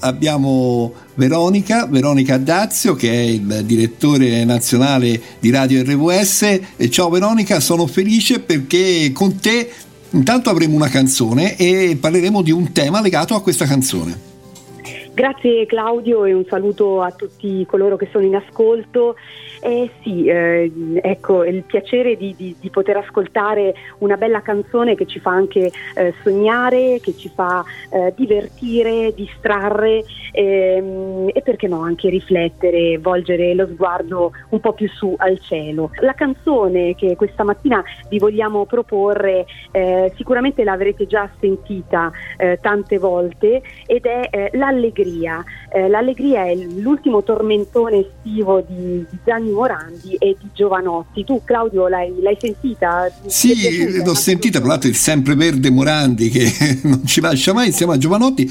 abbiamo Veronica Dazio, che è il direttore nazionale di Radio RVS. E ciao Veronica, sono felice perché con te intanto avremo una canzone e parleremo di un tema legato a questa canzone. Grazie Claudio e un saluto a tutti coloro che sono in ascolto. Ecco, il piacere di poter ascoltare una bella canzone che ci fa anche sognare, che ci fa divertire, distrarre e perché no anche riflettere, volgere lo sguardo un po' più su al cielo. La canzone che questa mattina vi vogliamo proporre sicuramente l'avrete già sentita tante volte ed è L'Allegria. L'Allegria è l'ultimo tormentone estivo di Gianni Morandi e di Jovanotti. Tu Claudio l'hai sentita? Sì, l'ho sentita, tra l'altro il sempreverde Morandi che non ci lascia mai insieme a Jovanotti.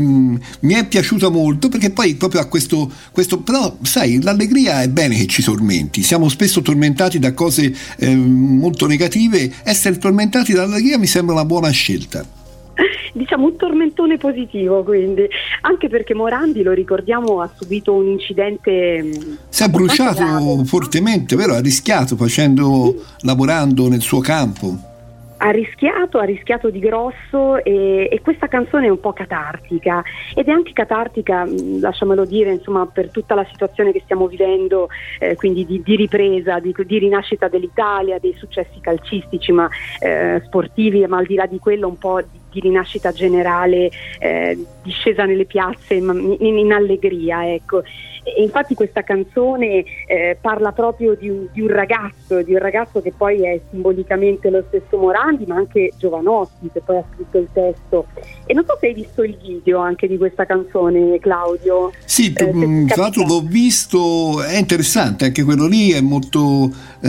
Mi è piaciuta molto perché poi proprio a questo però sai, l'allegria è bene che ci tormenti, siamo spesso tormentati da cose molto negative. Essere tormentati dall'allegria mi sembra una buona scelta. Diciamo un tormentone positivo, quindi, anche perché Morandi, lo ricordiamo, ha subito un incidente, si è bruciato fortemente, vero? Ha rischiato lavorando nel suo campo. Ha rischiato di grosso e questa canzone è un po' catartica ed è anche catartica, lasciamelo dire, insomma, per tutta la situazione che stiamo vivendo, quindi di ripresa, di rinascita dell'Italia, dei successi calcistici ma sportivi, ma al di là di quello un po' di rinascita generale, discesa nelle piazze in allegria, ecco. E infatti questa canzone parla proprio di un ragazzo che poi è simbolicamente lo stesso Morandi, ma anche Jovanotti, che poi ha scritto il testo. E non so se hai visto il video anche di questa canzone, Claudio. Sì, tra l'altro l'ho visto, è interessante, anche quello lì è molto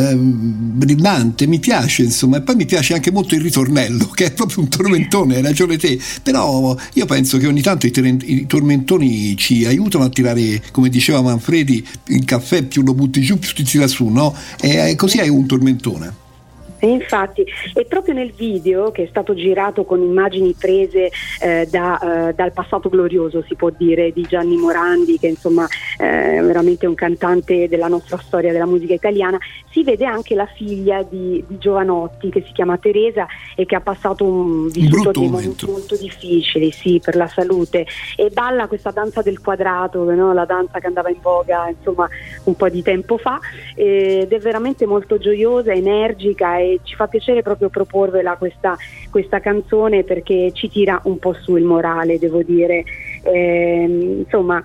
brillante, mi piace, insomma, e poi mi piace anche molto il ritornello, che è proprio un tormentone, hai ragione te. Però io penso che ogni tanto i tormentoni ci aiutano a tirare, come diceva Manfredi, il caffè più lo butti giù più ti tira su, no? E così è un tormentone. Infatti, e proprio nel video, che è stato girato con immagini prese dal passato glorioso, si può dire, di Gianni Morandi, che insomma è veramente un cantante della nostra storia della musica italiana, si vede anche la figlia di Jovanotti, che si chiama Teresa e che ha passato vissuto dei momenti molto difficili, sì, per la salute, e balla questa danza del quadrato, no? La danza che andava in voga insomma un po' di tempo fa, ed è veramente molto gioiosa, energica, e ci fa piacere proprio proporvela questa canzone, perché ci tira un po' su il morale, devo dire. Insomma,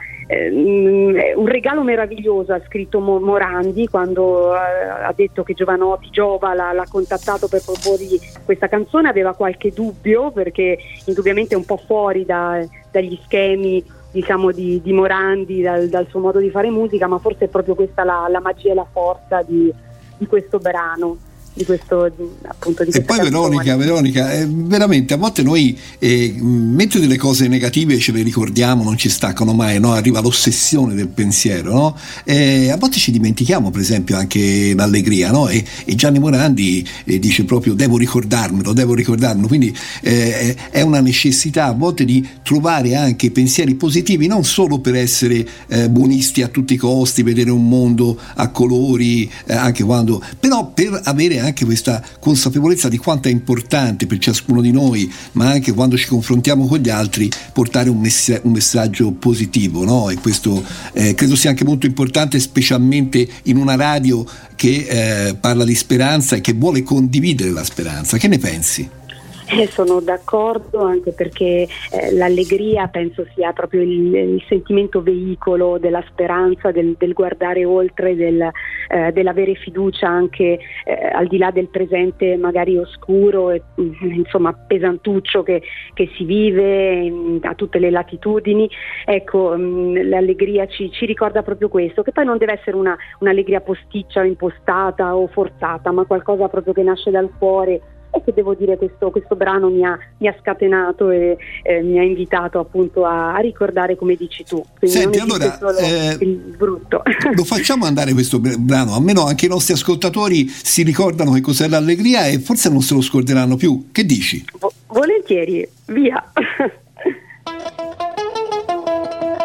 un regalo meraviglioso ha scritto Morandi quando ha detto che Giova l'ha contattato per proporgli questa canzone. Aveva qualche dubbio, perché indubbiamente è un po' fuori dagli schemi, diciamo, di Morandi, dal suo modo di fare musica, ma forse è proprio questa la magia e la forza di questo brano. Di questo, appunto, di e poi canzone. Veronica, veramente a volte noi mentre delle cose negative ce le ricordiamo, non ci staccano mai, no? Arriva l'ossessione del pensiero, no? A volte ci dimentichiamo, per esempio, anche l'allegria, no? E Gianni Morandi dice proprio devo ricordarmelo, quindi è una necessità a volte di trovare anche pensieri positivi, non solo per essere buonisti a tutti i costi, vedere un mondo a colori, anche quando, però per avere anche questa consapevolezza di quanto è importante per ciascuno di noi, ma anche quando ci confrontiamo con gli altri, portare un messaggio positivo, no? E questo credo sia anche molto importante, specialmente in una radio che parla di speranza e che vuole condividere la speranza. Che ne pensi? Sono d'accordo, anche perché l'allegria penso sia proprio il sentimento veicolo della speranza, del guardare oltre, dell'avere fiducia anche al di là del presente magari oscuro e insomma pesantuccio che si vive a tutte le latitudini. Ecco, l'allegria ci ricorda proprio questo, che poi non deve essere un'allegria posticcia o impostata o forzata, ma qualcosa proprio che nasce dal cuore. E che devo dire, questo brano mi ha scatenato e mi ha invitato appunto a ricordare, come dici tu. Quindi senti, non allora solo il brutto. Lo facciamo andare questo brano, almeno anche i nostri ascoltatori si ricordano che cos'è l'allegria e forse non se lo scorderanno più. Che dici? Volentieri, via.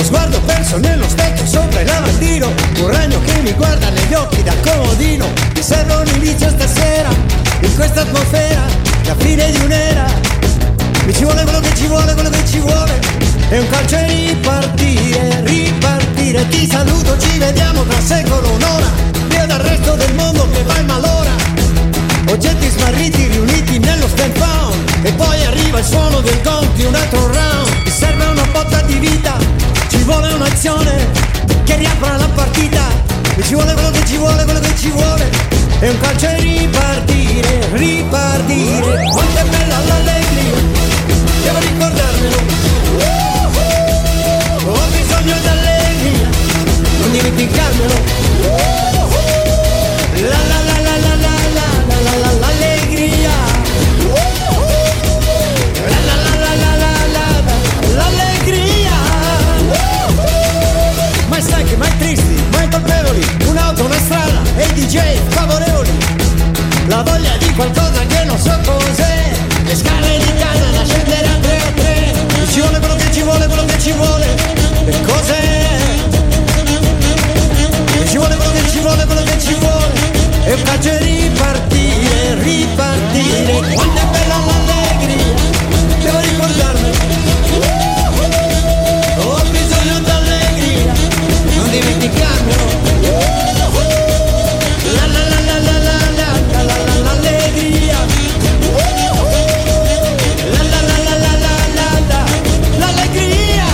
sguardo perso nello specchio sopra il lavandino, un ragno che mi guarda negli occhi da comodino. Mi serve un inizio stasera, in questa atmosfera, la fine di un'era. Mi ci vuole quello che ci vuole, quello che ci vuole, è un calcio e ripartire, ripartire. Ti saluto, ci vediamo tra secolo, un'ora, via dal resto del mondo che va in malora. Oggetti smarriti riuniti nello stand found, e poi arriva il suono del gong di un altro round. Mi serve una botta di vita, ci vuole un'azione che riapra la partita. Mi ci vuole quello che ci vuole, quello che ci vuole, è un calcio e ripartire, ripartire. Quanto è bella l'allegria, devo ricordarmelo. Ho bisogno d'allegria, non dimenticarmelo. La la la la la la la la la l'allegria. La la la la la la la l'allegria. Mai stanchi, mai tristi, mai colpevoli, un'auto, una strada e i DJ favorevoli. La voglia di qualcosa che non so cos'è, le scale di casa da scendere a 3 a 3. Mi ci vuole quello che ci vuole, quello che ci vuole, e cos'è? Mi ci vuole quello che ci vuole, quello che ci vuole, e un calcio e ripartire, ripartire. Quanto è bella l'allegria, devo ricordarmi. Ho bisogno d'allegria, non dimenticarmelo. La la la la la la la la la l'allegria. La la la la la la la l'allegria.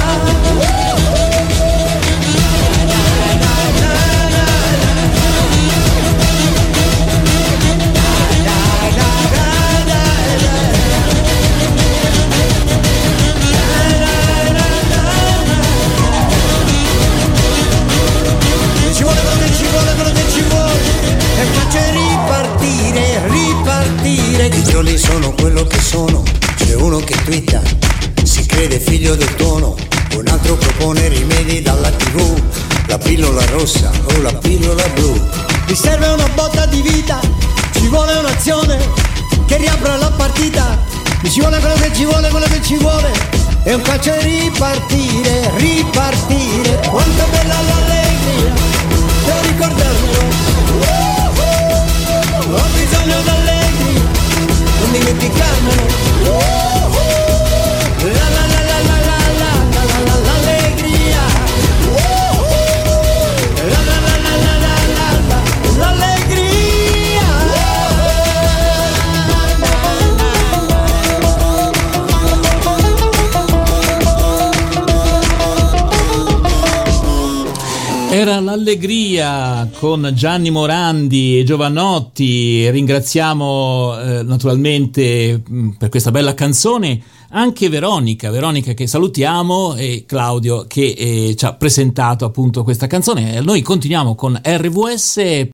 Ci vuole quello che ci vuole, quello che ci vuole, e faccio ripartire, ripartire. I giorni sono quello che sono, c'è uno che twitta, si crede figlio del tono, un altro propone rimedi dalla TV, la pillola rossa o la pillola blu. Mi serve una botta di vita, ci vuole un'azione che riapra la partita. Mi ci vuole quello che ci vuole, quello che ci vuole, è un calcio e ripartire, ripartire. Quanto è bella l'allegria, devo ricordarmelo. Ho bisogno d'allegria, non dimenticarmelo. La la la la la la la la la l'allegria. La la la la la la la l'allegria. Era l'allegria con Gianni Morandi e Giovanotti. Ringraziamo naturalmente per questa bella canzone anche Veronica che salutiamo, e Claudio che ci ha presentato appunto questa canzone. Noi continuiamo con RVS.